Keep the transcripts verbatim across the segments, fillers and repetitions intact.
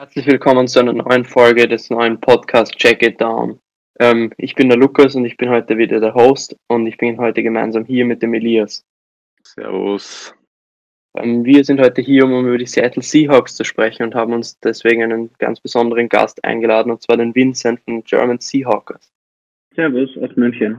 Herzlich willkommen zu einer neuen Folge des neuen Podcasts Check It Down. Ähm, ich bin der Lukas und ich bin heute wieder der Host und ich bin heute gemeinsam hier mit dem Elias. Servus. Ähm, wir sind heute hier, um über die Seattle Seahawks zu sprechen und haben uns deswegen einen ganz besonderen Gast eingeladen, und zwar den Vincent von German Seahawkers. Servus aus München.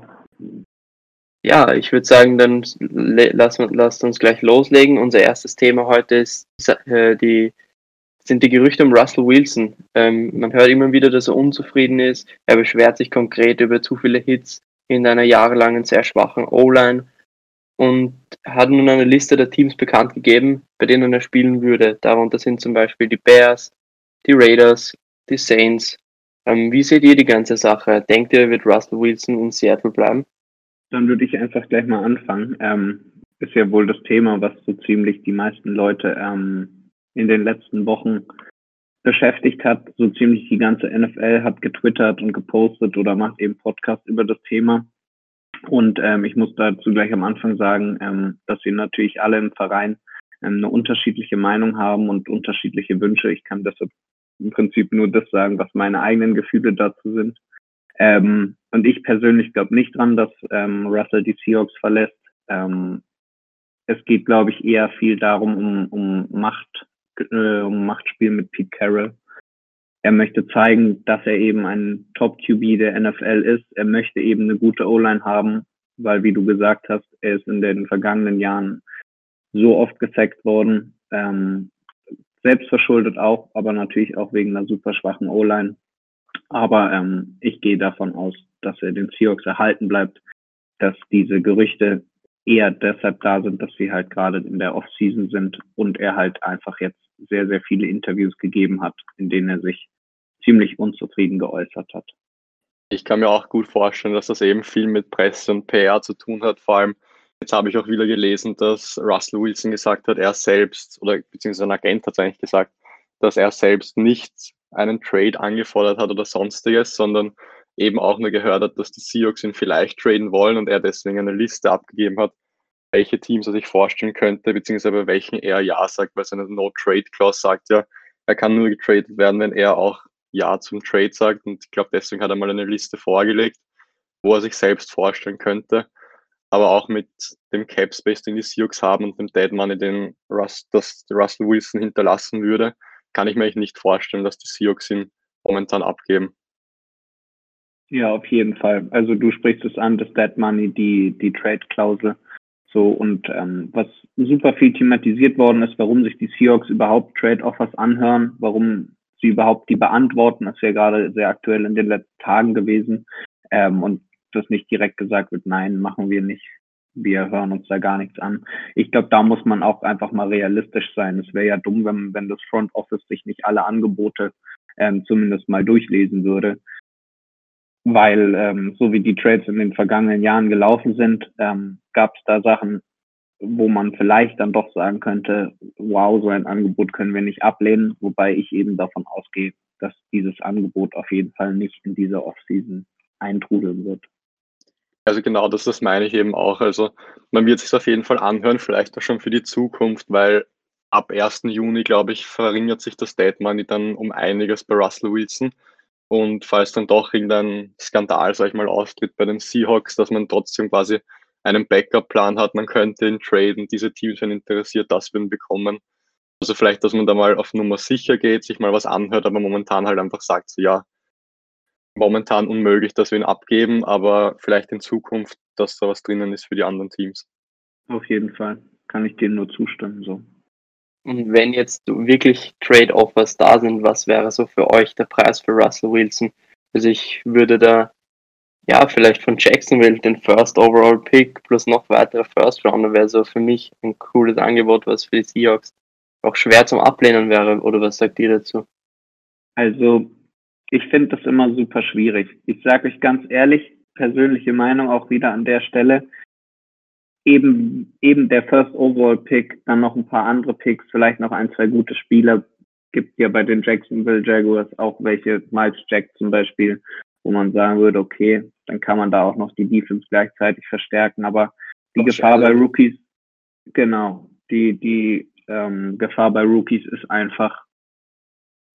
Ja, ich würde sagen, dann le- lass, lasst uns gleich loslegen. Unser erstes Thema heute ist äh, die sind die Gerüchte um Russell Wilson. Ähm, man hört immer wieder, dass er unzufrieden ist. Er beschwert sich konkret über zu viele Hits in einer jahrelangen sehr schwachen O-Line und hat nun eine Liste der Teams bekannt gegeben, bei denen er spielen würde. Darunter sind zum Beispiel die Bears, die Raiders, die Saints. Ähm, wie seht ihr die ganze Sache? Denkt ihr, wird Russell Wilson in Seattle bleiben? Dann würde ich einfach gleich mal anfangen. Ähm, ist ja wohl das Thema, was so ziemlich die meisten Leute ähm, in den letzten Wochen beschäftigt hat. So ziemlich die ganze N F L hat getwittert und gepostet oder macht eben Podcasts über das Thema. Und ähm, ich muss dazu gleich am Anfang sagen, ähm, dass wir natürlich alle im Verein ähm, eine unterschiedliche Meinung haben und unterschiedliche Wünsche. Ich kann deshalb im Prinzip nur das sagen, was meine eigenen Gefühle dazu sind. Ähm, und ich persönlich glaube nicht dran, dass ähm, Russell die Seahawks verlässt. Ähm, es geht, glaube ich, eher viel darum, um, um Macht, äh, um Machtspiel mit Pete Carroll. Er möchte zeigen, dass er eben ein Top-Q B der N F L ist. Er möchte eben eine gute O-Line haben, weil, wie du gesagt hast, er ist in den vergangenen Jahren so oft gesackt worden. Ähm, selbstverschuldet auch, aber natürlich auch wegen einer super schwachen O-Line. Aber ähm, ich gehe davon aus, dass er den Seahawks erhalten bleibt, dass diese Gerüchte eher deshalb da sind, dass wir halt gerade in der Off-Season sind und er halt einfach jetzt sehr, sehr viele Interviews gegeben hat, in denen er sich ziemlich unzufrieden geäußert hat. Ich kann mir auch gut vorstellen, dass das eben viel mit Presse und P R zu tun hat. Vor allem, jetzt habe ich auch wieder gelesen, dass Russell Wilson gesagt hat, er selbst, oder beziehungsweise ein Agent hat es eigentlich gesagt, dass er selbst nicht einen Trade angefordert hat oder sonstiges, sondern eben auch nur gehört hat, dass die Seahawks ihn vielleicht traden wollen und er deswegen eine Liste abgegeben hat, welche Teams er sich vorstellen könnte, beziehungsweise bei welchen er Ja sagt, weil seine No-Trade-Clause sagt ja, er kann nur getradet werden, wenn er auch Ja zum Trade sagt. Und ich glaube, deswegen hat er mal eine Liste vorgelegt, wo er sich selbst vorstellen könnte. Aber auch mit dem Cap Space, den die Seahawks haben und dem Dead Money, den Russ, das Russell Wilson hinterlassen würde, kann ich mir eigentlich nicht vorstellen, dass die Seahawks ihn momentan abgeben. Ja, auf jeden Fall. Also du sprichst es an, das Dead Money, die, die Trade-Klausel. So, und ähm, was super viel thematisiert worden ist, warum sich die Seahawks überhaupt Trade-Offers anhören, warum sie überhaupt die beantworten, das ist ja gerade sehr aktuell in den letzten Tagen gewesen. Ähm, und das nicht direkt gesagt wird, nein, machen wir nicht. Wir hören uns da gar nichts an. Ich glaube, da muss man auch einfach mal realistisch sein. Es wäre ja dumm, wenn, wenn das Front Office sich nicht alle Angebote ähm, zumindest mal durchlesen würde. Weil ähm, so wie die Trades in den vergangenen Jahren gelaufen sind, ähm, gab es da Sachen, wo man vielleicht dann doch sagen könnte, wow, so ein Angebot können wir nicht ablehnen, wobei ich eben davon ausgehe, dass dieses Angebot auf jeden Fall nicht in dieser Offseason eintrudeln wird. Also genau das, das meine ich eben auch. Also man wird sich auf jeden Fall anhören, vielleicht auch schon für die Zukunft, weil ab ersten Juni, glaube ich, verringert sich das Dead Money dann um einiges bei Russell Wilson. Und falls dann doch irgendein Skandal, sag ich mal, austritt bei den Seahawks, dass man trotzdem quasi einen Backup-Plan hat, man könnte ihn traden, diese Teams werden interessiert, das würden bekommen. Also vielleicht, dass man da mal auf Nummer sicher geht, sich mal was anhört, aber momentan halt einfach sagt, so, ja, momentan unmöglich, dass wir ihn abgeben, aber vielleicht in Zukunft, dass da was drinnen ist für die anderen Teams. Auf jeden Fall kann ich dem nur zustimmen. So. Und wenn jetzt wirklich Trade-Offers da sind, was wäre so für euch der Preis für Russell Wilson? Also ich würde da, ja, vielleicht von Jacksonville den First Overall Pick plus noch weitere First Rounder wäre so für mich ein cooles Angebot, was für die Seahawks auch schwer zum Ablehnen wäre. Oder was sagt ihr dazu? Also ich finde das immer super schwierig. Ich sage euch ganz ehrlich, persönliche Meinung auch wieder an der Stelle. Eben, eben der First Overall Pick, dann noch ein paar andere Picks, vielleicht noch ein, zwei gute Spieler. Gibt ja bei den Jacksonville Jaguars auch welche, Miles Jack zum Beispiel, wo man sagen würde, okay, dann kann man da auch noch die Defense gleichzeitig verstärken. Aber die Josh Gefahr bei Allen. Rookies, genau, die, die ähm, Gefahr bei Rookies ist einfach,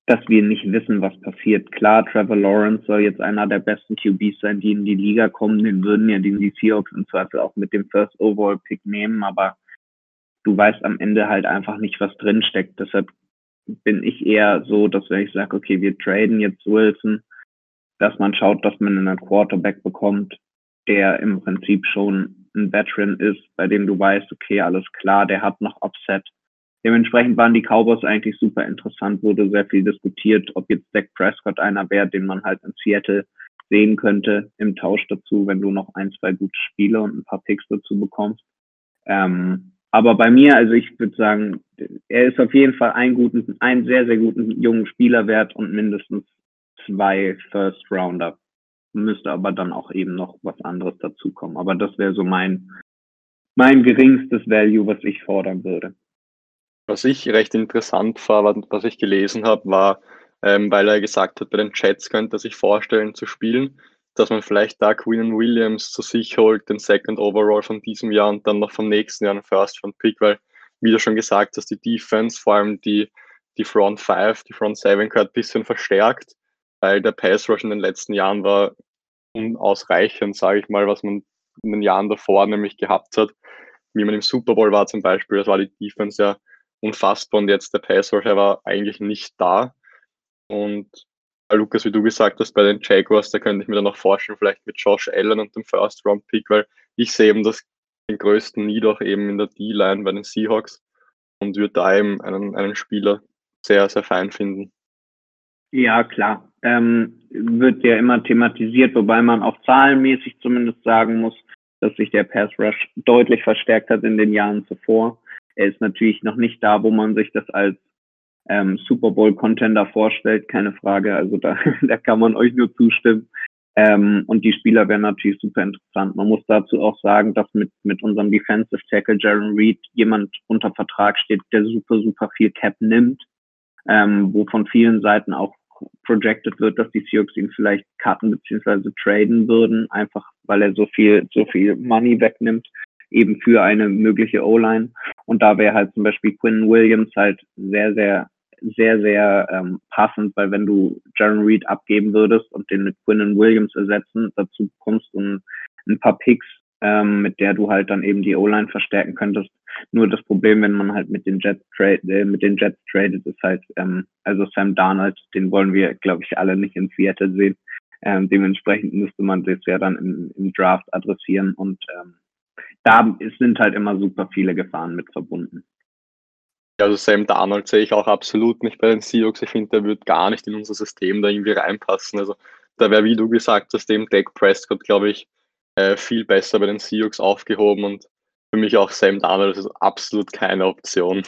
dass wir nicht wissen, was passiert. Klar, Trevor Lawrence soll jetzt einer der besten Q Bs sein, die in die Liga kommen. Den würden ja die Seahawks im Zweifel auch mit dem First Overall Pick nehmen, aber du weißt am Ende halt einfach nicht, was drinsteckt. Deshalb bin ich eher so, dass wenn ich sage, okay, wir traden jetzt Wilson, dass man schaut, dass man einen Quarterback bekommt, der im Prinzip schon ein Veteran ist, bei dem du weißt, okay, alles klar, der hat noch Upset. Dementsprechend waren die Cowboys eigentlich super interessant, wurde sehr viel diskutiert, ob jetzt Dak Prescott einer wäre, den man halt in Seattle sehen könnte im Tausch dazu, wenn du noch ein, zwei gute Spiele und ein paar Picks dazu bekommst. Ähm, aber bei mir, also ich würde sagen, er ist auf jeden Fall einen guten, einen sehr, sehr guten jungen Spieler wert und mindestens zwei First Rounder. Müsste aber dann auch eben noch was anderes dazukommen. Aber das wäre so mein, mein geringstes Value, was ich fordern würde. Was ich recht interessant fand, was ich gelesen habe, war, ähm, weil er gesagt hat, bei den Jets könnte er sich vorstellen zu spielen, dass man vielleicht da Quinnen Williams zu sich holt, den Second Overall von diesem Jahr und dann noch vom nächsten Jahr einen First Round Pick, weil, wie du schon gesagt hast, die Defense, vor allem die, die Front Five, die Front Seven gehört ein bisschen verstärkt, weil der Pass Rush in den letzten Jahren war unausreichend, sage ich mal, was man in den Jahren davor nämlich gehabt hat. Wie man im Super Bowl war zum Beispiel, das war die Defense ja unfassbar und jetzt der Pass Rush war eigentlich nicht da. Und Lukas, wie du gesagt hast, bei den Jaguars, da könnte ich mir dann noch vorstellen, vielleicht mit Josh Allen und dem First Round Pick, weil ich sehe eben das, den größten Need auch eben in der D-Line bei den Seahawks und würde da eben einen, einen Spieler sehr, sehr fein finden. Ja, klar. Ähm, wird ja immer thematisiert, wobei man auch zahlenmäßig zumindest sagen muss, dass sich der Pass Rush deutlich verstärkt hat in den Jahren zuvor. Er ist natürlich noch nicht da, wo man sich das als ähm, Super Bowl Contender vorstellt, keine Frage. Also da, da kann man euch nur zustimmen. Ähm, und die Spieler wären natürlich super interessant. Man muss dazu auch sagen, dass mit mit unserem Defensive Tackle Jaron Reed jemand unter Vertrag steht, der super, super viel Cap nimmt, ähm, wo von vielen Seiten auch projected wird, dass die Seahawks ihn vielleicht cutten bzw. traden würden, einfach weil er so viel, so viel Money wegnimmt, eben für eine mögliche O-Line. Und da wäre halt zum Beispiel Quinnen Williams halt sehr, sehr, sehr, sehr ähm, passend, weil wenn du Jaron Reed abgeben würdest und den mit Quinnen Williams ersetzen, dazu bekommst du ein, ein paar Picks, ähm, mit der du halt dann eben die O-Line verstärken könntest. Nur das Problem, wenn man halt mit den Jets trade, äh, mit den Jets tradet, ist halt, ähm, also Sam Darnold, den wollen wir, glaube ich, alle nicht in Seattle sehen. Ähm, dementsprechend müsste man das ja dann im, im Draft adressieren und ähm, da sind halt immer super viele Gefahren mit verbunden. Also Sam Darnold sehe ich auch absolut nicht bei den Seahawks. Ich finde, der wird gar nicht in unser System da irgendwie reinpassen. Also da wäre, wie du gesagt hast, dem Dak Prescott, glaube ich, äh, viel besser bei den Seahawks aufgehoben und für mich auch Sam Darnold ist absolut keine Option.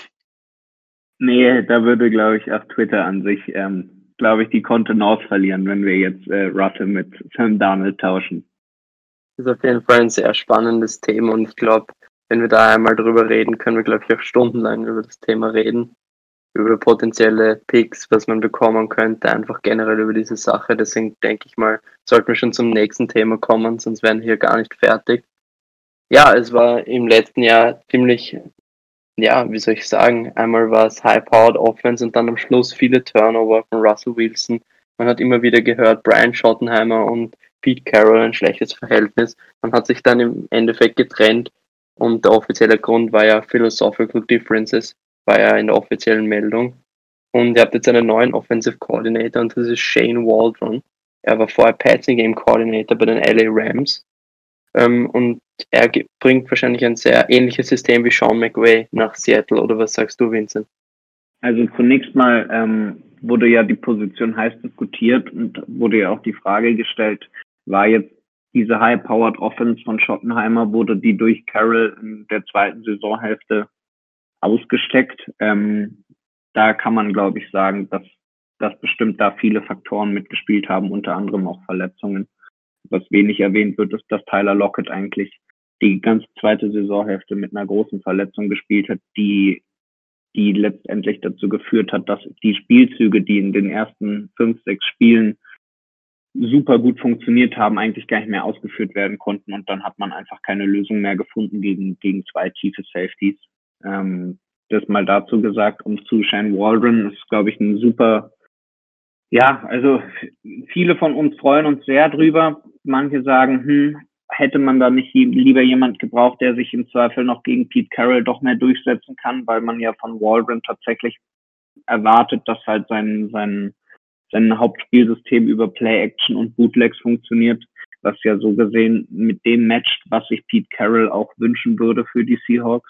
Nee, da würde, glaube ich, auf Twitter an sich, ähm, glaube ich, die Kontenance verlieren, wenn wir jetzt äh, Rutte mit Sam Darnold tauschen. Das ist auf jeden Fall ein sehr spannendes Thema und ich glaube, wenn wir da einmal drüber reden, können wir, glaube ich, auch stundenlang über das Thema reden. Über potenzielle Picks, was man bekommen könnte, einfach generell über diese Sache. Deswegen denke ich mal, sollten wir schon zum nächsten Thema kommen, sonst werden wir hier gar nicht fertig. Ja, es war im letzten Jahr ziemlich, ja, wie soll ich sagen, einmal war es High-Powered Offense und dann am Schluss viele Turnover von Russell Wilson. Man hat immer wieder gehört, Brian Schottenheimer und Pete Carroll ein schlechtes Verhältnis. Man hat sich dann im Endeffekt getrennt und der offizielle Grund war ja Philosophical Differences, war ja in der offiziellen Meldung. Und ihr habt jetzt einen neuen Offensive Coordinator und das ist Shane Waldron. Er war vorher Passing Game Coordinator bei den L A Rams. Ähm, und er ge- bringt wahrscheinlich ein sehr ähnliches System wie Sean McVay nach Seattle. Oder was sagst du, Vincent? Also zunächst mal ähm, wurde ja die Position heiß diskutiert und wurde ja auch die Frage gestellt, war jetzt diese High-Powered Offense von Schottenheimer, wurde die durch Carroll in der zweiten Saisonhälfte ausgesteckt. Ähm, da kann man, glaube ich, sagen, dass, dass bestimmt da viele Faktoren mitgespielt haben, unter anderem auch Verletzungen. Was wenig erwähnt wird, ist, dass Tyler Lockett eigentlich die ganze zweite Saisonhälfte mit einer großen Verletzung gespielt hat, die die letztendlich dazu geführt hat, dass die Spielzüge, die in den ersten fünf, sechs Spielen super gut funktioniert haben, eigentlich gar nicht mehr ausgeführt werden konnten und dann hat man einfach keine Lösung mehr gefunden gegen, gegen zwei tiefe Safeties. Ähm, das mal dazu gesagt und zu Shane Waldron ist, glaube ich, ein super, Ja, also viele von uns freuen uns sehr drüber. Manche sagen, hm, hätte man da nicht lieber jemand gebraucht, der sich im Zweifel noch gegen Pete Carroll doch mehr durchsetzen kann, weil man ja von Waldron tatsächlich erwartet, dass halt sein, sein, sein Hauptspielsystem über Play-Action und Bootlegs funktioniert, was ja so gesehen mit dem matcht, was sich Pete Carroll auch wünschen würde für die Seahawks.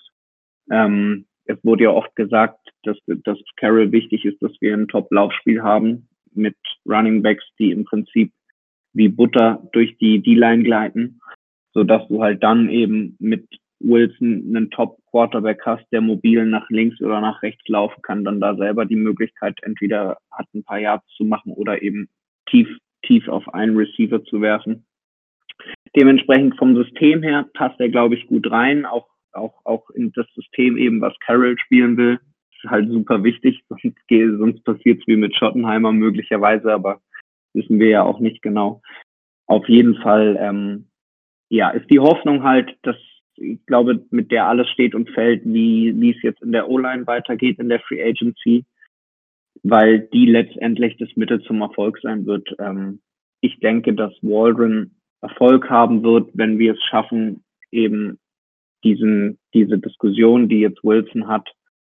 Ähm, es wurde ja oft gesagt, dass, dass Carroll wichtig ist, dass wir ein Top-Laufspiel haben mit Running Backs, die im Prinzip wie Butter durch die D-Line gleiten, sodass du halt dann eben mit Wilson einen Top-Quarterback hast, der mobil nach links oder nach rechts laufen kann, dann da selber die Möglichkeit entweder hat, ein paar Yards zu machen oder eben tief, tief auf einen Receiver zu werfen. Dementsprechend vom System her passt er, glaube ich, gut rein, auch, auch, auch in das System eben, was Carroll spielen will. Ist halt super wichtig, sonst, sonst passiert es wie mit Schottenheimer möglicherweise, aber wissen wir ja auch nicht genau. Auf jeden Fall, ähm, ja, ist die Hoffnung halt, dass ich glaube, mit der alles steht und fällt, wie, wie es jetzt in der O-Line weitergeht, in der Free Agency, weil die letztendlich das Mittel zum Erfolg sein wird. Ähm, ich denke, dass Waldron Erfolg haben wird, wenn wir es schaffen, eben diesen, diese Diskussion, die jetzt Wilson hat,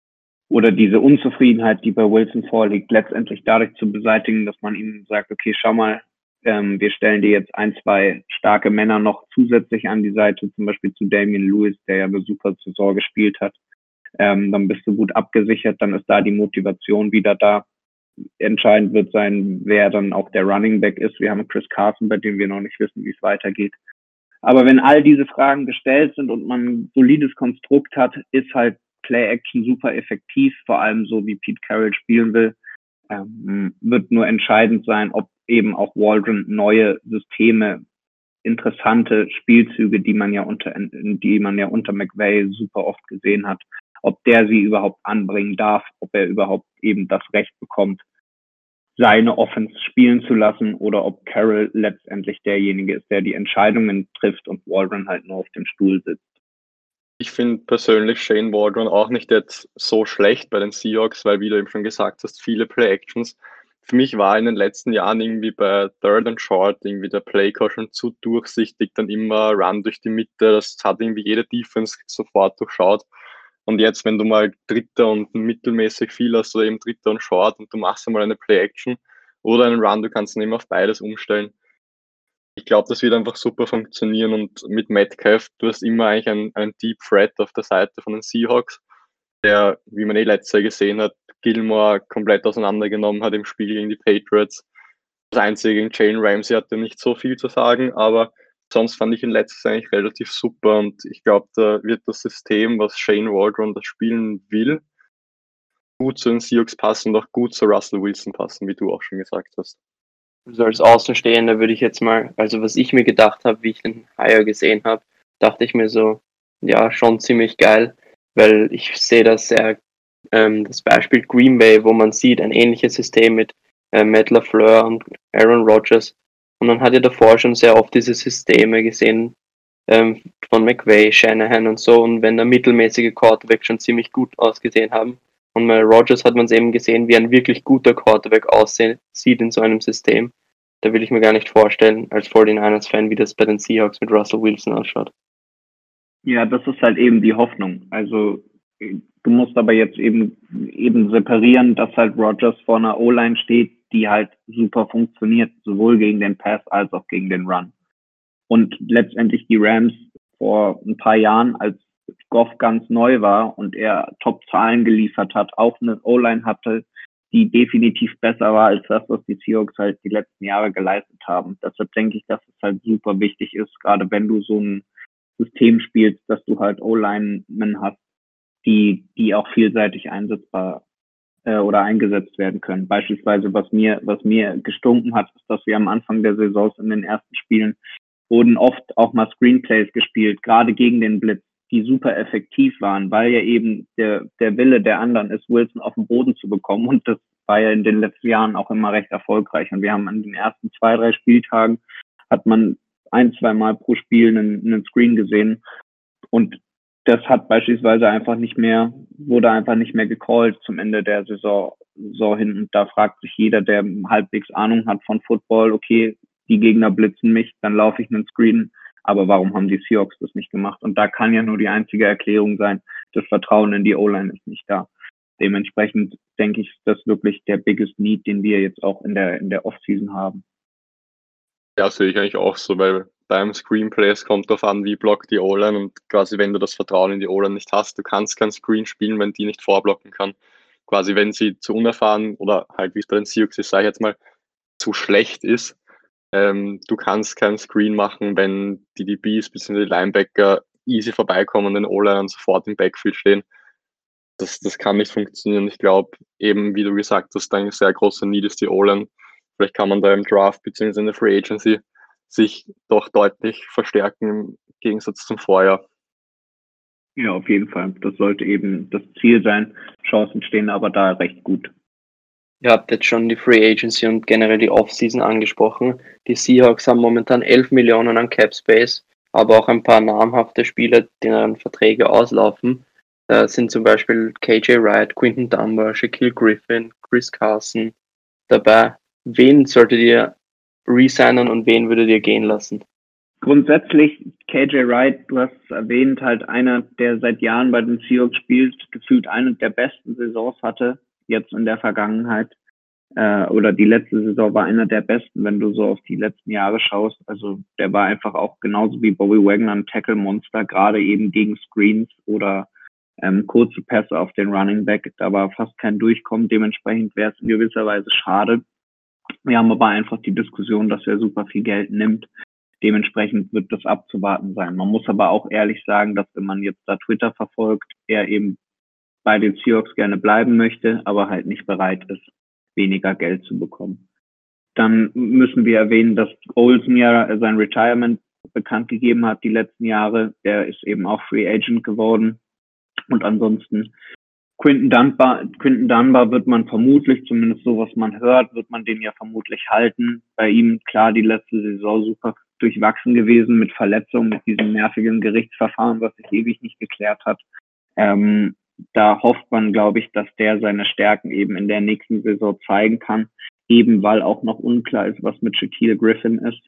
oder diese Unzufriedenheit, die bei Wilson vorliegt, letztendlich dadurch zu beseitigen, dass man ihm sagt, okay, schau mal, ähm, wir stellen dir jetzt ein, zwei starke Männer noch zusätzlich an die Seite, zum Beispiel zu Damian Lewis, der ja eine super Saison gespielt hat. Ähm, dann bist du gut abgesichert, dann ist da die Motivation wieder da. Entscheidend wird sein, wer dann auch der Running Back ist. Wir haben Chris Carson, bei dem wir noch nicht wissen, wie es weitergeht. Aber wenn all diese Fragen gestellt sind und man ein solides Konstrukt hat, ist halt Play-Action super effektiv, vor allem so wie Pete Carroll spielen will. Ähm, wird nur entscheidend sein, ob eben auch Waldron neue Systeme, interessante Spielzüge, die man ja unter, die man ja unter McVay super oft gesehen hat, ob der sie überhaupt anbringen darf, ob er überhaupt eben das Recht bekommt, seine Offense spielen zu lassen, oder ob Carroll letztendlich derjenige ist, der die Entscheidungen trifft und Waldron halt nur auf dem Stuhl sitzt. Ich finde persönlich Shane Waldron auch nicht jetzt so schlecht bei den Seahawks, weil, wie du eben schon gesagt hast, viele Play-Actions. Für mich war in den letzten Jahren irgendwie bei Third and Short irgendwie der Play-Call schon zu durchsichtig, dann immer Run durch die Mitte, das hat irgendwie jede Defense sofort durchschaut. Und jetzt, wenn du mal Dritter und mittelmäßig viel hast oder eben Dritter und Short und du machst einmal eine Play-Action oder einen Run, du kannst dann eben auf beides umstellen. Ich glaube, das wird einfach super funktionieren, und mit Metcalf, du hast immer eigentlich einen, einen Deep Threat auf der Seite von den Seahawks, der, wie man eh letztes Jahr gesehen hat, Gilmore komplett auseinandergenommen hat im Spiel gegen die Patriots. Das Einzige, gegen Jalen Ramsey hatte nicht so viel zu sagen, aber sonst fand ich ihn letztes Jahr eigentlich relativ super, und ich glaube, da wird das System, was Shane Waldron das spielen will, gut zu den Seahawks passen und auch gut zu Russell Wilson passen, wie du auch schon gesagt hast. Also als Außenstehender würde ich jetzt mal, also was ich mir gedacht habe, wie ich den Hire gesehen habe, dachte ich mir so, ja, schon ziemlich geil, weil ich sehe das sehr, ähm, das Beispiel Green Bay, wo man sieht, ein ähnliches System mit äh, Matt LaFleur und Aaron Rodgers, und man hat ja davor schon sehr oft diese Systeme gesehen, ähm, von McVay, Shanahan und so, und wenn der mittelmäßige Quarterback schon ziemlich gut ausgesehen haben, und bei Rodgers hat man es eben gesehen, wie ein wirklich guter Quarterback aussieht in so einem System. Da will ich mir gar nicht vorstellen, als forty-niners-Fan, wie das bei den Seahawks mit Russell Wilson ausschaut. Ja, das ist halt eben die Hoffnung. Also du musst aber jetzt eben eben separieren, dass halt Rodgers vor einer O-Line steht, die halt super funktioniert, sowohl gegen den Pass als auch gegen den Run. Und letztendlich die Rams vor ein paar Jahren, als Goff ganz neu war und er Top-Zahlen geliefert hat, auch eine O-Line hatte, die definitiv besser war als das, was die Seahawks halt die letzten Jahre geleistet haben. Deshalb denke ich, dass es halt super wichtig ist, gerade wenn du so ein System spielst, dass du halt O-Linemen hast, die, die auch vielseitig einsetzbar äh, oder eingesetzt werden können. Beispielsweise, was mir, was mir gestunken hat, ist, dass wir am Anfang der Saison in den ersten Spielen wurden oft auch mal Screenplays gespielt, gerade gegen den Blitz, die super effektiv waren, weil ja eben der, der Wille der anderen ist, Wilson auf den Boden zu bekommen, und das war ja in den letzten Jahren auch immer recht erfolgreich, und wir haben an den ersten zwei, drei Spieltagen hat man ein, zwei Mal pro Spiel einen, einen Screen gesehen, und das hat beispielsweise einfach nicht mehr, wurde einfach nicht mehr gecallt zum Ende der Saison, Saison hin. Und da fragt sich jeder, der halbwegs Ahnung hat von Football, okay, die Gegner blitzen mich, dann laufe ich einen Screen. Aber warum haben die Seahawks das nicht gemacht? Und da kann ja nur die einzige Erklärung sein, das Vertrauen in die O-Line ist nicht da. Dementsprechend denke ich, ist das wirklich der biggest need, den wir jetzt auch in der, in der Offseason haben. Ja, sehe ich eigentlich auch so, weil beim Screenplay, es kommt darauf an, wie blockt die O-Line, und quasi wenn du das Vertrauen in die O-Line nicht hast, du kannst kein Screen spielen, wenn die nicht vorblocken kann. Quasi wenn sie zu unerfahren oder halt wie es bei den Seahawks ist, sage ich jetzt mal, zu schlecht ist. Ähm, du kannst kein Screen machen, wenn die D Bs bzw. die Linebacker easy vorbeikommen und den O-Linern sofort im Backfield stehen. Das, das kann nicht funktionieren. Ich glaube, eben wie du gesagt hast, ein sehr großer Need ist die O-Line. Vielleicht kann man da im Draft bzw. in der Free Agency sich doch deutlich verstärken im Gegensatz zum Vorjahr. Ja, auf jeden Fall. Das sollte eben das Ziel sein. Chancen stehen aber da recht gut. Ihr habt jetzt schon die Free Agency und generell die Offseason angesprochen. Die Seahawks haben momentan elf Millionen an Cap Space, aber auch ein paar namhafte Spieler, deren Verträge auslaufen. Da sind zum Beispiel K J Wright, Quinton Dunbar, Shaquille Griffin, Chris Carson dabei. Wen solltet ihr resignen und wen würdet ihr gehen lassen? Grundsätzlich K J Wright, du hast es erwähnt, halt einer, der seit Jahren bei den Seahawks spielt, gefühlt eine der besten Saisons hatte, jetzt in der Vergangenheit. Äh, oder die letzte Saison war einer der besten, wenn du so auf die letzten Jahre schaust. Also der war einfach auch genauso wie Bobby Wagner ein Tackle-Monster, gerade eben gegen Screens oder ähm, kurze Pässe auf den Running Back. Da war fast kein Durchkommen. Dementsprechend wäre es in gewisser Weise schade. Wir haben aber einfach die Diskussion, dass er super viel Geld nimmt. Dementsprechend wird das abzuwarten sein. Man muss aber auch ehrlich sagen, dass wenn man jetzt da Twitter verfolgt, er eben bei den Seahawks gerne bleiben möchte, aber halt nicht bereit ist, weniger Geld zu bekommen. Dann müssen wir erwähnen, dass Olsen ja sein Retirement bekannt gegeben hat die letzten Jahre. Der ist eben auch Free Agent geworden. Und ansonsten Quinton Dunbar, Quinton Dunbar wird man vermutlich, zumindest so was man hört, wird man den ja vermutlich halten. Bei ihm, klar, die letzte Saison super durchwachsen gewesen mit Verletzungen, mit diesem nervigen Gerichtsverfahren, was sich ewig nicht geklärt hat. Ähm, da hofft man, glaube ich, dass der seine Stärken eben in der nächsten Saison zeigen kann, eben weil auch noch unklar ist, was mit Shaquille Griffin ist.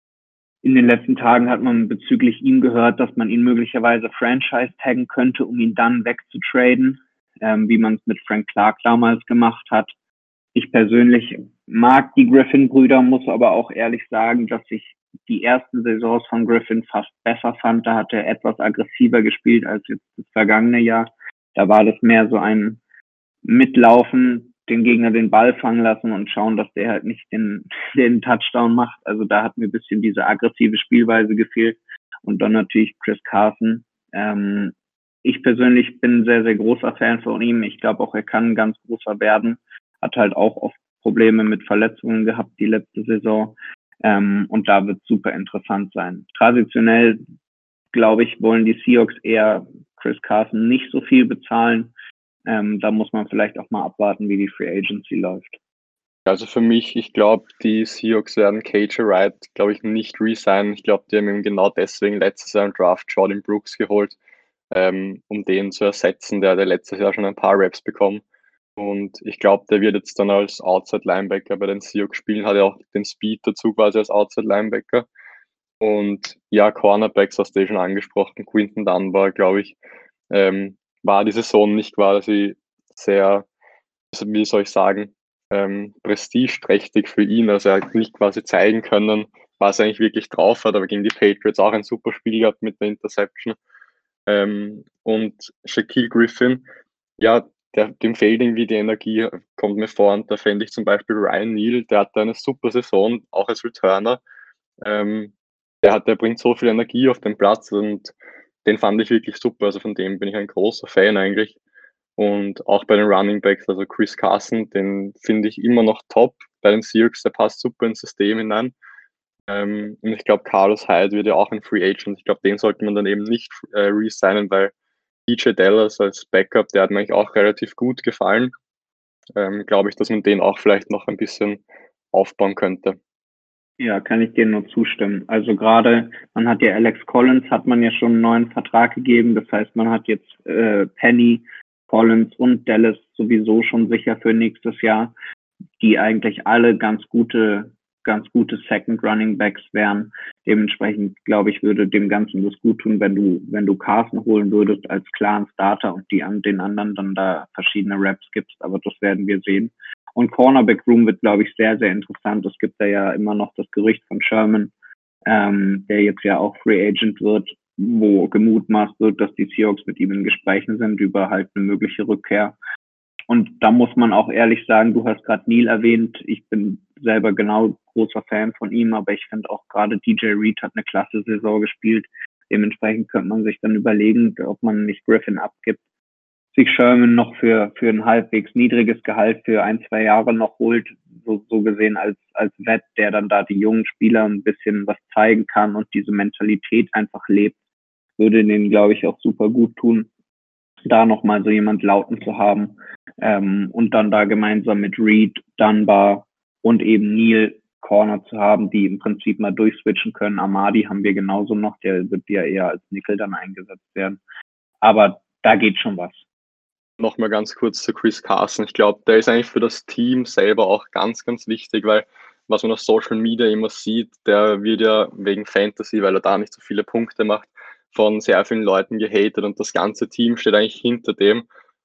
In den letzten Tagen hat man bezüglich ihm gehört, dass man ihn möglicherweise Franchise taggen könnte, um ihn dann wegzutraden, ähm, wie man es mit Frank Clark damals gemacht hat. Ich persönlich mag die Griffin-Brüder, muss aber auch ehrlich sagen, dass ich die ersten Saisons von Griffin fast besser fand. Da hat er etwas aggressiver gespielt als jetzt das vergangene Jahr. Da war das mehr so ein Mitlaufen, den Gegner den Ball fangen lassen und schauen, dass der halt nicht den, den Touchdown macht. Also da hat mir ein bisschen diese aggressive Spielweise gefehlt. Und dann natürlich Chris Carson. Ähm, ich persönlich bin ein sehr, sehr großer Fan von ihm. Ich glaube auch, er kann ein ganz großer werden. Hat halt auch oft Probleme mit Verletzungen gehabt die letzte Saison. Ähm, und da wird super interessant sein. Traditionell, glaube ich, wollen die Seahawks eher Chris Carson nicht so viel bezahlen. Ähm, da muss man vielleicht auch mal abwarten, wie die Free Agency läuft. Also für mich, ich glaube, die Seahawks werden K J Wright, glaube ich, nicht resignen. Ich glaube, die haben ihm genau deswegen letztes Jahr im Draft Jordan Brooks geholt, ähm, um den zu ersetzen. Der hat ja letztes Jahr schon ein paar Raps bekommen. Und ich glaube, der wird jetzt dann als Outside Linebacker bei den Seahawks spielen, hat ja auch den Speed dazu quasi als Outside Linebacker. Und ja, Cornerbacks hast du eh schon angesprochen, Quinton Dunbar, glaube ich, ähm, war die Saison nicht quasi sehr, wie soll ich sagen, ähm, prestigeträchtig für ihn. Also er hat nicht quasi zeigen können, was er eigentlich wirklich drauf hat, aber gegen die Patriots auch ein super Spiel gehabt mit der Interception. Ähm, und Shaquille Griffin, ja, der, dem fehlt irgendwie die Energie, kommt mir vor. Und da fände ich zum Beispiel Ryan Neal, der hat eine super Saison, auch als Returner. Ähm, der, hat, der bringt so viel Energie auf den Platz und den fand ich wirklich super. Also von dem bin ich ein großer Fan eigentlich. Und auch bei den Running Backs, also Chris Carson, den finde ich immer noch top bei den Seahawks, der passt super ins System hinein. Ähm, und ich glaube, Carlos Hyde wird ja auch ein Free Agent. Ich glaube, den sollte man dann eben nicht äh, resignen, weil D J Dallas als Backup, der hat mir eigentlich auch relativ gut gefallen. Ähm, glaube ich, dass man den auch vielleicht noch ein bisschen aufbauen könnte. Ja, kann ich dir nur zustimmen. Also gerade, man hat ja Alex Collins, hat man ja schon einen neuen Vertrag gegeben. Das heißt, man hat jetzt äh, Penny Collins und Dallas sowieso schon sicher für nächstes Jahr, die eigentlich alle ganz gute, ganz gute Second Running Backs wären. Dementsprechend, glaube ich, würde dem Ganzen das gut tun, wenn du, wenn du Carson holen würdest als klaren Starter und die an den anderen dann da verschiedene Raps gibst. Aber das werden wir sehen. Und Cornerback Room wird, glaube ich, sehr, sehr interessant. Es gibt da ja immer noch das Gerücht von Sherman, ähm, der jetzt ja auch Free Agent wird, wo gemutmaßt wird, dass die Seahawks mit ihm in Gesprächen sind über halt eine mögliche Rückkehr. Und da muss man auch ehrlich sagen, du hast gerade Neal erwähnt, ich bin selber genau großer Fan von ihm, aber ich finde auch gerade D J Reed hat eine klasse Saison gespielt. Dementsprechend könnte man sich dann überlegen, ob man nicht Griffin abgibt, sich Sherman noch für für ein halbwegs niedriges Gehalt für ein, zwei Jahre noch holt, so, so gesehen als als Vet, der dann da die jungen Spieler ein bisschen was zeigen kann und diese Mentalität einfach lebt, würde denen, glaube ich, auch super gut tun, da nochmal so jemand lauten zu haben, ähm, und dann da gemeinsam mit Reed, Dunbar und eben Neal Corner zu haben, die im Prinzip mal durchswitchen können. Amadi haben wir genauso noch, der wird ja eher als Nickel dann eingesetzt werden. Aber da geht schon was. Nochmal ganz kurz zu Chris Carson. Ich glaube, der ist eigentlich für das Team selber auch ganz, ganz wichtig, weil was man auf Social Media immer sieht, der wird ja wegen Fantasy, weil er da nicht so viele Punkte macht, von sehr vielen Leuten gehatet und das ganze Team steht eigentlich hinter dem.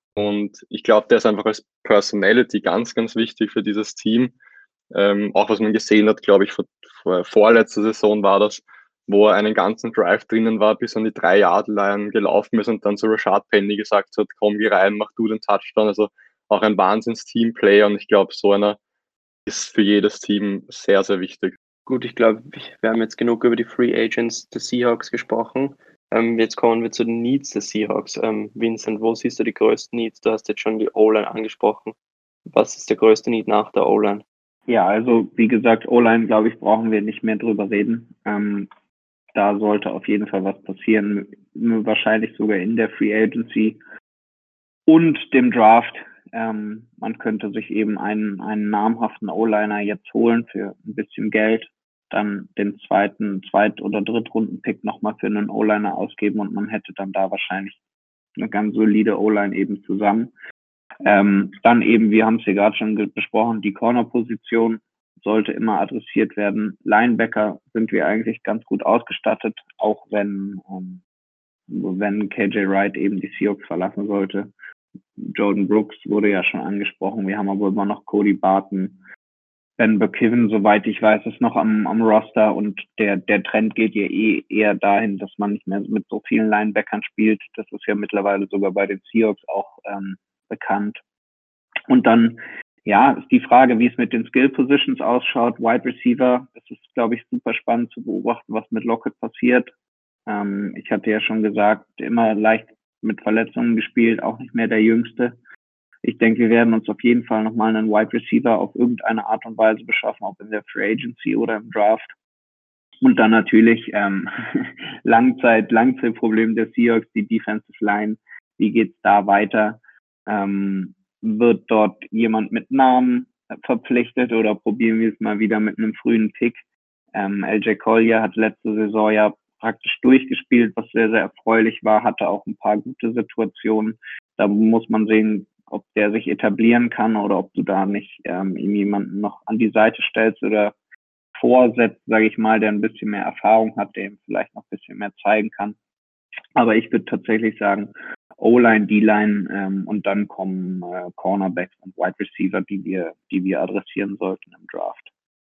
Und ich glaube, der ist einfach als Personality ganz, ganz wichtig für dieses Team. Ähm, auch was man gesehen hat, glaube ich, vor, vor, vorletzter Saison war das, wo er einen ganzen Drive drinnen war, bis an die drei-Yard-Line gelaufen ist und dann zu Rashad Penny gesagt hat, komm, geh rein, mach du den Touchdown. Also auch ein Wahnsinns-Teamplayer und ich glaube, so einer ist für jedes Team sehr, sehr wichtig. Gut, ich glaube, wir haben jetzt genug über die Free Agents der Seahawks gesprochen. Ähm, jetzt kommen wir zu den Needs der Seahawks. Ähm, Vincent, wo siehst du die größten Needs? Du hast jetzt schon die O-Line angesprochen. Was ist der größte Need nach der O-Line? Ja, also wie gesagt, O-Line, glaube ich, brauchen wir nicht mehr drüber reden. Ähm, da sollte auf jeden Fall was passieren, wahrscheinlich sogar in der Free Agency und dem Draft. Ähm, man könnte sich eben einen, einen namhaften O-Liner jetzt holen für ein bisschen Geld, dann den zweiten, Zweit- oder Drittrunden-Pick nochmal für einen O-Liner ausgeben und man hätte dann da wahrscheinlich eine ganz solide O-Line eben zusammen. Ähm, dann eben, wir haben es hier gerade schon ge- besprochen, die Corner-Position sollte immer adressiert werden. Linebacker sind wir eigentlich ganz gut ausgestattet, auch wenn, ähm, wenn K J Wright eben die Seahawks verlassen sollte. Jordan Brooks wurde ja schon angesprochen. Wir haben aber immer noch Cody Barton, Ben McKibben, soweit ich weiß, ist noch am, am Roster und der, der Trend geht ja eh eher dahin, dass man nicht mehr mit so vielen Linebackern spielt. Das ist ja mittlerweile sogar bei den Seahawks auch ähm, bekannt. Und dann, ja, ist die Frage, wie es mit den Skill Positions ausschaut. Wide Receiver, es ist, glaube ich, super spannend zu beobachten, was mit Lockett passiert. Ähm, ich hatte ja schon gesagt, immer leicht mit Verletzungen gespielt, auch nicht mehr der Jüngste. Ich denke, wir werden uns auf jeden Fall nochmal einen Wide Receiver auf irgendeine Art und Weise beschaffen, ob in der Free Agency oder im Draft. Und dann natürlich ähm, Langzeit, Langzeitproblem der Seahawks, die Defensive Line. Wie geht's da weiter? Ähm, wird dort jemand mit Namen verpflichtet oder probieren wir es mal wieder mit einem frühen Pick? Ähm, L J Collier hat letzte Saison ja praktisch durchgespielt, was sehr, sehr erfreulich war, hatte auch ein paar gute Situationen. Da muss man sehen, ob der sich etablieren kann oder ob du da nicht ähm, ihm jemanden noch an die Seite stellst oder vorsetzt, sage ich mal, der ein bisschen mehr Erfahrung hat, der ihm vielleicht noch ein bisschen mehr zeigen kann. Aber ich würde tatsächlich sagen, O-Line, D-Line ähm, und dann kommen äh, Cornerbacks und Wide Receiver, die wir, die wir adressieren sollten im Draft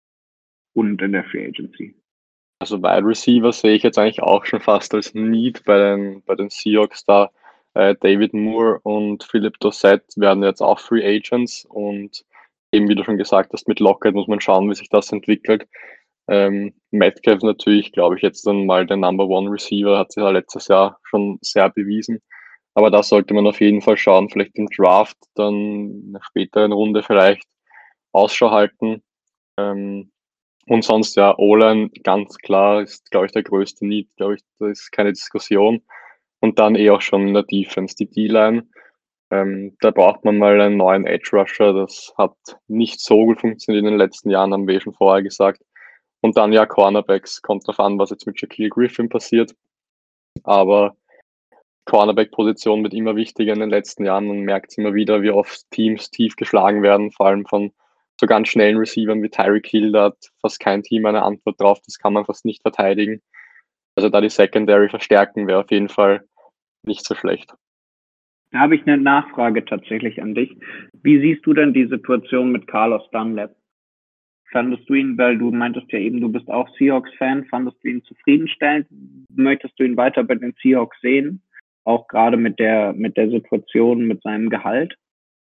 und in der Free Agency. Also Wide Receiver sehe ich jetzt eigentlich auch schon fast als Need bei den, bei den Seahawks da. Äh, David Moore und Philip Dorsett werden jetzt auch Free Agents und eben wie du schon gesagt hast, mit Lockett muss man schauen, wie sich das entwickelt. Ähm, Metcalf natürlich, glaube ich, jetzt dann mal der Number One Receiver, hat sich ja letztes Jahr schon sehr bewiesen. Aber da sollte man auf jeden Fall schauen, vielleicht im Draft dann in einer späteren Runde vielleicht Ausschau halten. Ähm, und sonst ja, O-Line ganz klar ist, glaube ich, der größte Need, glaube ich, da ist keine Diskussion. Und dann eh auch schon in der Defense, die D-Line. Ähm, da braucht man mal einen neuen Edge Rusher. Das hat nicht so gut funktioniert in den letzten Jahren, haben wir eh schon vorher gesagt. Und dann ja Cornerbacks, kommt drauf an, was jetzt mit Shaquille Griffin passiert. Aber Cornerback-Position wird immer wichtiger in den letzten Jahren. Man merkt immer wieder, wie oft Teams tief geschlagen werden, vor allem von so ganz schnellen Receivern wie Tyreek Hill. Da hat fast kein Team eine Antwort drauf. Das kann man fast nicht verteidigen. Also da die Secondary verstärken wäre auf jeden Fall nicht so schlecht. Da habe ich eine Nachfrage tatsächlich an dich. Wie siehst du denn die Situation mit Carlos Dunlap? Fandest du ihn, weil du meintest ja eben, du bist auch Seahawks-Fan, fandest du ihn zufriedenstellend? Möchtest du ihn weiter bei den Seahawks sehen? Auch gerade mit der, mit der Situation, mit seinem Gehalt?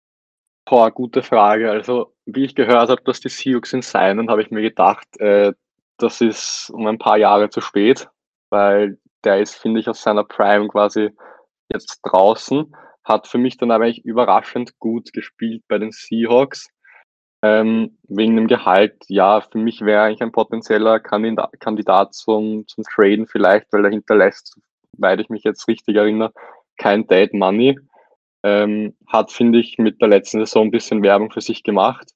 Boah, gute Frage. Also, wie ich gehört habe, dass die Seahawks ihn signen, habe ich mir gedacht, äh, das ist um ein paar Jahre zu spät, weil der ist, finde ich, aus seiner Prime quasi jetzt draußen. Hat für mich dann aber eigentlich überraschend gut gespielt bei den Seahawks. Ähm, wegen dem Gehalt, ja, für mich wäre eigentlich ein potenzieller Kandidat, Kandidat zum, zum Traden vielleicht, weil er hinterlässt, soweit ich mich jetzt richtig erinnere, kein Dead Money. Ähm, hat, finde ich, mit der letzten Saison ein bisschen Werbung für sich gemacht.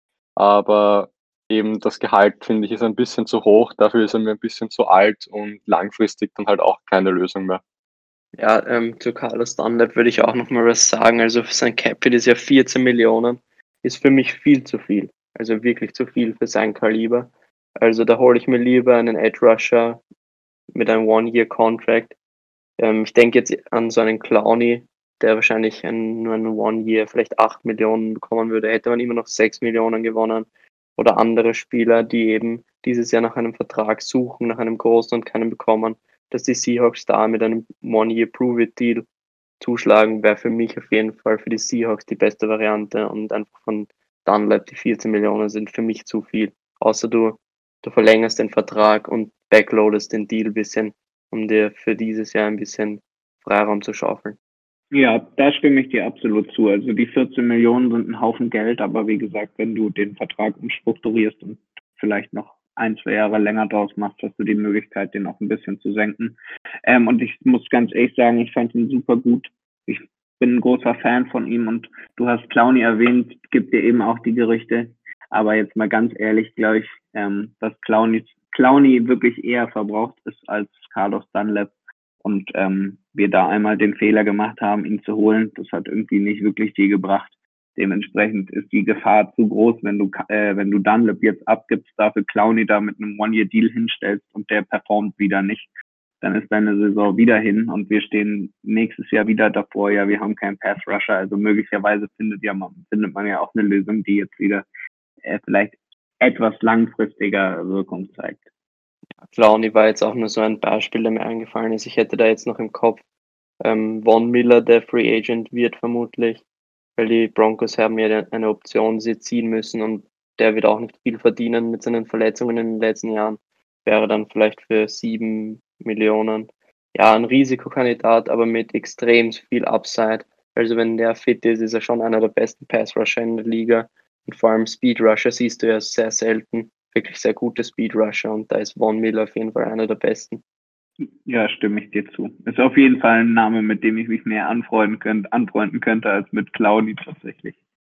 Aber eben das Gehalt, finde ich, ist ein bisschen zu hoch. Dafür ist er mir ein bisschen zu alt und langfristig dann halt auch keine Lösung mehr. Ja, ähm, zu Carlos Dunlap würde ich auch noch mal was sagen. Also für sein Cap-Hit ist ja vierzehn Millionen, ist für mich viel zu viel. Also wirklich zu viel für sein Kaliber. Also da hole ich mir lieber einen Edge Rusher mit einem One-Year-Contract. Ähm, ich denke jetzt an so einen Clowney, der wahrscheinlich ein, nur einen One-Year, vielleicht acht Millionen bekommen würde, hätte man immer noch sechs Millionen gewonnen. Oder andere Spieler, die eben dieses Jahr nach einem Vertrag suchen, nach einem großen und keinen bekommen, dass die Seahawks da mit einem One-Year-Prove-It-Deal zuschlagen, wäre für mich auf jeden Fall für die Seahawks die beste Variante und einfach von Dunlap die vierzehn Millionen sind für mich zu viel. Außer du, du verlängerst den Vertrag und backloadest den Deal ein bisschen, um dir für dieses Jahr ein bisschen Freiraum zu schaufeln. Ja, da stimme ich dir absolut zu. Also die vierzehn Millionen sind ein Haufen Geld, aber wie gesagt, wenn du den Vertrag umstrukturierst und vielleicht noch ein, zwei Jahre länger draus machst, hast du die Möglichkeit, den auch ein bisschen zu senken. Ähm, und ich muss ganz ehrlich sagen, ich fand ihn super gut. Ich bin ein großer Fan von ihm und du hast Clowney erwähnt, gibt dir eben auch die Gerüchte. Aber jetzt mal ganz ehrlich, glaube ich, ähm, dass Clowney, Clowney wirklich eher verbraucht ist als Carlos Dunlap. Und ähm, wir da einmal den Fehler gemacht haben, ihn zu holen. Das hat irgendwie nicht wirklich viel gebracht. Dementsprechend ist die Gefahr zu groß, wenn du äh, wenn du Dunlap jetzt abgibst, dafür Clowney da mit einem One-Year-Deal hinstellst und der performt wieder nicht. Dann ist deine Saison wieder hin und wir stehen nächstes Jahr wieder davor, ja, wir haben keinen Pass-Rusher. Also möglicherweise findet, ja, man, findet man ja auch eine Lösung, die jetzt wieder äh, vielleicht etwas langfristiger Wirkung zeigt. Clowney war jetzt auch nur so ein Beispiel, der mir eingefallen ist. Ich hätte da jetzt noch im Kopf ähm, Von Miller, der Free Agent wird vermutlich, weil die Broncos haben ja eine Option, sie ziehen müssen und der wird auch nicht viel verdienen mit seinen Verletzungen in den letzten Jahren. Wäre dann vielleicht für sieben Millionen. Ja, ein Risikokandidat, aber mit extrem viel Upside. Also wenn der fit ist, ist er schon einer der besten Pass-Rusher in der Liga. Und vor allem Speed-Rusher siehst du ja sehr selten. Wirklich sehr gute Speed-Rusher und da ist Von Miller auf jeden Fall einer der besten. Ja, stimme ich dir zu. Ist auf jeden Fall ein Name, mit dem ich mich mehr anfreunden könnte, anfreunden könnte als mit Clowney tatsächlich.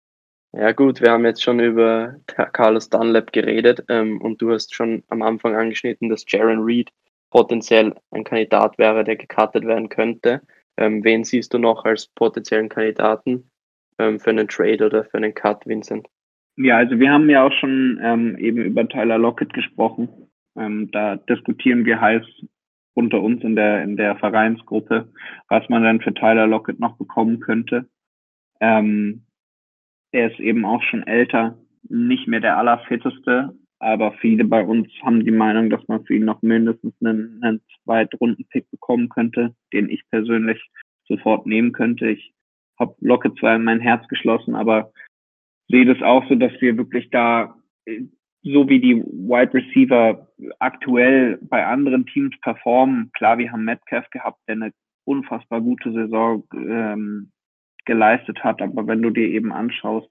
Ja gut, wir haben jetzt schon über Carlos Dunlap geredet ähm, und du hast schon am Anfang angeschnitten, dass Jaron Reed potenziell ein Kandidat wäre, der gecuttet werden könnte. Ähm, wen siehst du noch als potenziellen Kandidaten ähm, für einen Trade oder für einen Cut, Vincent? Ja, also wir haben ja auch schon ähm, eben über Tyler Lockett gesprochen. Ähm, da diskutieren wir heiß unter uns in der in der Vereinsgruppe, was man dann für Tyler Lockett noch bekommen könnte. Ähm, er ist eben auch schon älter, nicht mehr der allerfitteste, aber viele bei uns haben die Meinung, dass man für ihn noch mindestens einen, einen Zweitrunden-Pick bekommen könnte, den ich persönlich sofort nehmen könnte. Ich habe Lockett zwar in mein Herz geschlossen, aber sehe das auch so, dass wir wirklich da, so wie die Wide Receiver aktuell bei anderen Teams performen, klar, wir haben Metcalf gehabt, der eine unfassbar gute Saison ähm, geleistet hat, aber wenn du dir eben anschaust,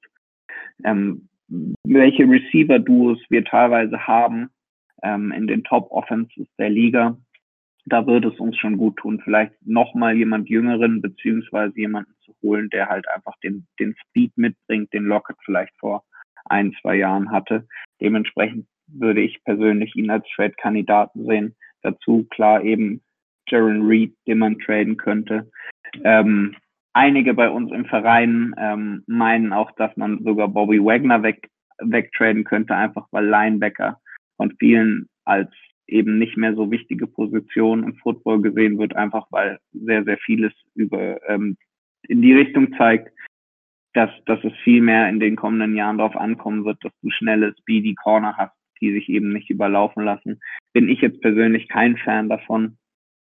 ähm, welche Receiver-Duos wir teilweise haben ähm, in den Top-Offenses der Liga, da würde es uns schon gut tun, vielleicht nochmal jemand Jüngeren beziehungsweise jemanden zu holen, der halt einfach den, den Speed mitbringt, den Lockett vielleicht vor ein, zwei Jahren hatte. Dementsprechend würde ich persönlich ihn als Trade-Kandidaten sehen. Dazu klar eben Jaron Reed, den man traden könnte. Ähm, einige bei uns im Verein ähm, meinen auch, dass man sogar Bobby Wagner weg, wegtraden könnte, einfach weil Linebacker von vielen als eben nicht mehr so wichtige Position im Football gesehen wird, einfach weil sehr, sehr vieles über ähm, in die Richtung zeigt, dass, dass es viel mehr in den kommenden Jahren darauf ankommen wird, dass du schnelle, speedy Corner hast, die sich eben nicht überlaufen lassen. Bin ich jetzt persönlich kein Fan davon.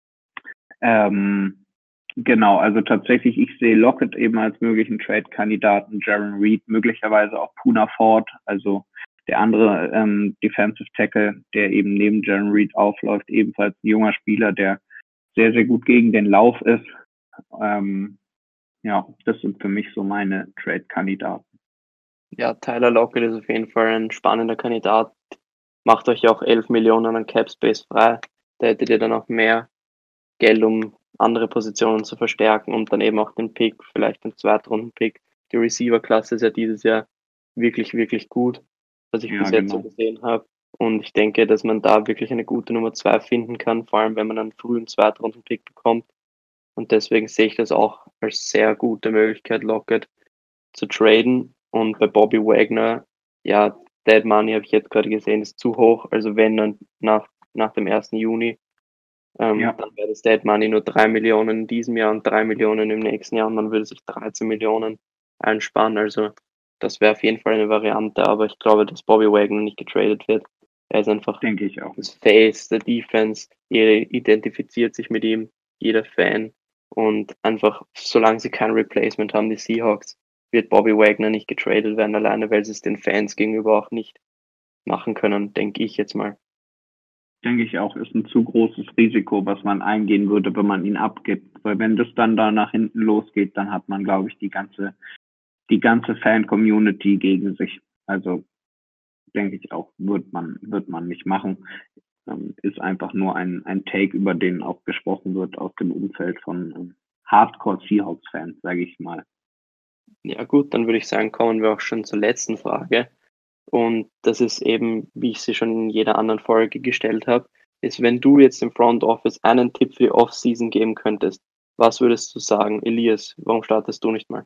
Ähm, genau, also tatsächlich, ich sehe Lockett eben als möglichen Trade-Kandidaten, Jaron Reed, möglicherweise auch Puna Ford, also der andere ähm, Defensive Tackle, der eben neben Jaron Reed aufläuft, ebenfalls ein junger Spieler, der sehr, sehr gut gegen den Lauf ist. Ähm, ja, das sind für mich so meine Trade-Kandidaten. Ja, Tyler Lockett ist auf jeden Fall ein spannender Kandidat. Macht euch auch elf Millionen an Cap Space frei. Da hättet ihr dann auch mehr Geld, um andere Positionen zu verstärken und dann eben auch den Pick, vielleicht den Zweitrunden-Pick. Die Receiver-Klasse ist ja dieses Jahr wirklich, wirklich gut, was ich Ja, bis jetzt so genau. gesehen habe. Und ich denke, dass man da wirklich eine gute Nummer zwei finden kann, vor allem wenn man einen frühen Zweitrunden-Pick bekommt. Und deswegen sehe ich das auch als sehr gute Möglichkeit, Lockett zu traden. Und bei Bobby Wagner, ja, Dead Money habe ich jetzt gerade gesehen, ist zu hoch. Also wenn dann nach, nach dem ersten Juni, ähm, Ja, dann wäre das Dead Money nur drei Millionen in diesem Jahr und drei Millionen im nächsten Jahr und man würde sich dreizehn Millionen einsparen. Also das wäre auf jeden Fall eine Variante, aber ich glaube, dass Bobby Wagner nicht getradet wird. Er ist einfach denke ich auch. das Face der Defense. Jeder identifiziert sich mit ihm, jeder Fan. Und einfach, solange sie kein Replacement haben, die Seahawks, wird Bobby Wagner nicht getradet werden, alleine weil sie es den Fans gegenüber auch nicht machen können, denke ich jetzt mal. Denke ich auch, ist ein zu großes Risiko, was man eingehen würde, wenn man ihn abgibt. Weil wenn das dann da nach hinten losgeht, dann hat man, glaube ich, die ganze, die ganze Fan-Community gegen sich. Also denke ich auch, wird man, wird man nicht machen. Ähm, ist einfach nur ein, ein Take, über den auch gesprochen wird aus dem Umfeld von ähm, Hardcore-Seahawks-Fans, sage ich mal. Ja gut, dann würde ich sagen, kommen wir auch schon zur letzten Frage. Und das ist eben, wie ich sie schon in jeder anderen Folge gestellt habe, ist, wenn du jetzt im Front Office einen Tipp für die Offseason geben könntest, was würdest du sagen? Elias, warum startest du nicht mal?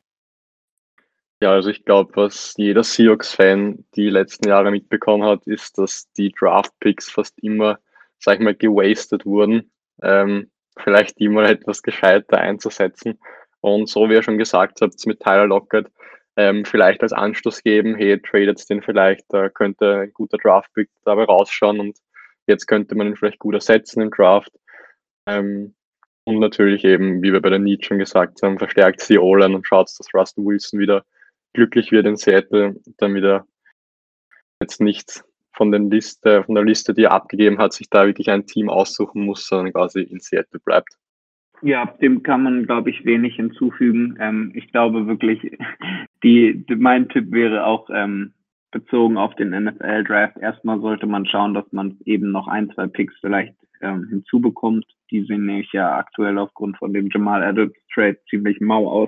Ja, also ich glaube, was jeder Seahawks-Fan die letzten Jahre mitbekommen hat, ist, dass die Draft-Picks fast immer, sag ich mal, gewastet wurden. Ähm, vielleicht die mal etwas gescheiter einzusetzen. Und so wie ihr schon gesagt habt, mit Tyler Lockett, ähm, vielleicht als Anstoß geben, hey, tradet den vielleicht, da könnte ein guter Draft-Pick dabei rausschauen und jetzt könnte man ihn vielleicht gut ersetzen im Draft. Ähm, und natürlich eben, wie wir bei der Need schon gesagt haben, verstärkt die O-Line und schaut, dass Russell Wilson wieder glücklich wird in Seattle, dann wieder jetzt nicht von, den Liste, von der Liste, die er abgegeben hat, sich da wirklich ein Team aussuchen muss, sondern quasi in Seattle bleibt. Ja, dem kann man, glaube ich, wenig hinzufügen. Ähm, ich glaube wirklich, die, die, mein Tipp wäre auch ähm, bezogen auf den N F L-Draft. Erstmal sollte man schauen, dass man eben noch ein, zwei Picks vielleicht ähm, hinzubekommt. Die sehen nämlich ja aktuell aufgrund von dem Jamal Adams Trade ziemlich mau aus.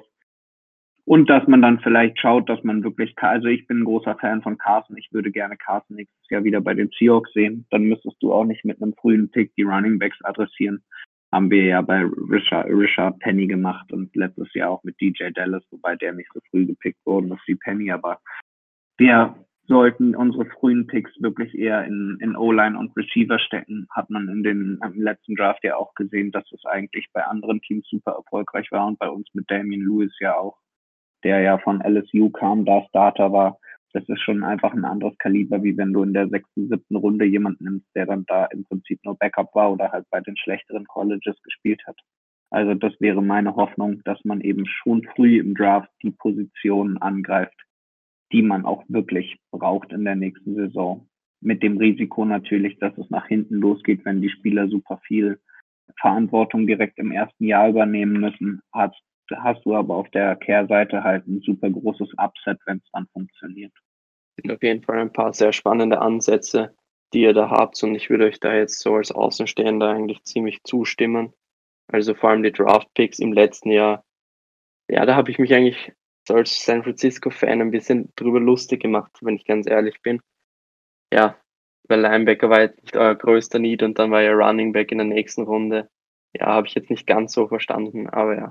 Und dass man dann vielleicht schaut, dass man wirklich, also ich bin ein großer Fan von Carson. Ich würde gerne Carson nächstes Jahr wieder bei den Seahawks sehen. Dann müsstest du auch nicht mit einem frühen Pick die Running Backs adressieren. Haben wir ja bei Richard, Richard Penny gemacht und letztes Jahr auch mit D J Dallas, wobei der nicht so früh gepickt worden ist wie Penny. Aber wir sollten unsere frühen Picks wirklich eher in, in O-Line und Receiver stecken. Hat man in den im letzten Draft ja auch gesehen, dass es eigentlich bei anderen Teams super erfolgreich war und bei uns mit Damian Lewis ja auch, der ja von L S U kam, da Starter war. Das ist schon einfach ein anderes Kaliber, wie wenn du in der sechsten, siebten Runde jemanden nimmst, der dann da im Prinzip nur Backup war oder halt bei den schlechteren Colleges gespielt hat. Also das wäre meine Hoffnung, dass man eben schon früh im Draft die Positionen angreift, die man auch wirklich braucht in der nächsten Saison. Mit dem Risiko natürlich, dass es nach hinten losgeht, wenn die Spieler super viel Verantwortung direkt im ersten Jahr übernehmen müssen, hast, hast du aber auf der Kehrseite halt ein super großes Upset, wenn es dann funktioniert. Sind auf jeden Fall ein paar sehr spannende Ansätze, die ihr da habt und ich würde euch da jetzt so als Außenstehender eigentlich ziemlich zustimmen. Also vor allem die Draft-Picks im letzten Jahr, ja, da habe ich mich eigentlich so als San Francisco-Fan ein bisschen drüber lustig gemacht, wenn ich ganz ehrlich bin. Ja, weil Linebacker war jetzt nicht euer größter Need und dann war ja Running Back in der nächsten Runde. Ja, habe ich jetzt nicht ganz so verstanden, aber ja.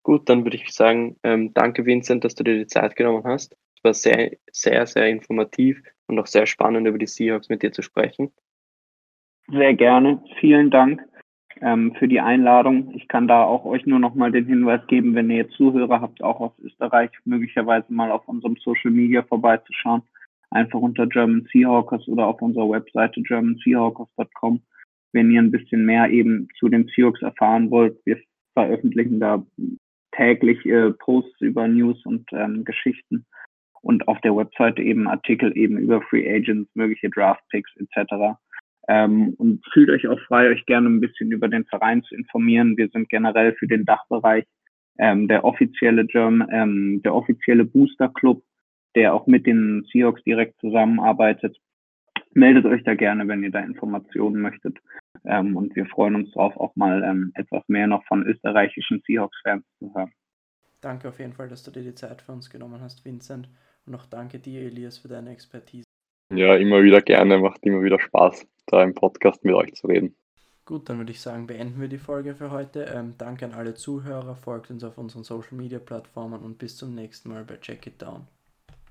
Gut, dann würde ich sagen, ähm, danke Vincent, dass du dir die Zeit genommen hast. Es war sehr, sehr, sehr informativ und auch sehr spannend, über die Seahawks mit dir zu sprechen. Sehr gerne. Vielen Dank ähm, für die Einladung. Ich kann da auch euch nur noch mal den Hinweis geben, wenn ihr jetzt Zuhörer habt, auch aus Österreich, möglicherweise mal auf unserem Social Media vorbeizuschauen. Einfach unter German Seahawkers oder auf unserer Webseite german seahawkers dot com, wenn ihr ein bisschen mehr eben zu den Seahawks erfahren wollt. Wir veröffentlichen da täglich äh, Posts über News und ähm, Geschichten und auf der Webseite eben Artikel eben über Free Agents, mögliche Draft Picks et cetera. Ähm, und fühlt euch auch frei, euch gerne ein bisschen über den Verein zu informieren. Wir sind generell für den Dachbereich ähm, der offizielle German, ähm, der offizielle Booster Club, der auch mit den Seahawks direkt zusammenarbeitet. Meldet euch da gerne, wenn ihr da Informationen möchtet. Ähm, und wir freuen uns drauf, auch mal ähm, etwas mehr noch von österreichischen Seahawks-Fans zu hören. Danke auf jeden Fall, dass du dir die Zeit für uns genommen hast, Vincent. Und auch danke dir, Elias, für deine Expertise. Ja, immer wieder gerne, macht immer wieder Spaß, da im Podcast mit euch zu reden. Gut, dann würde ich sagen, beenden wir die Folge für heute. Ähm, danke an alle Zuhörer, folgt uns auf unseren Social Media Plattformen und bis zum nächsten Mal bei Check It Down.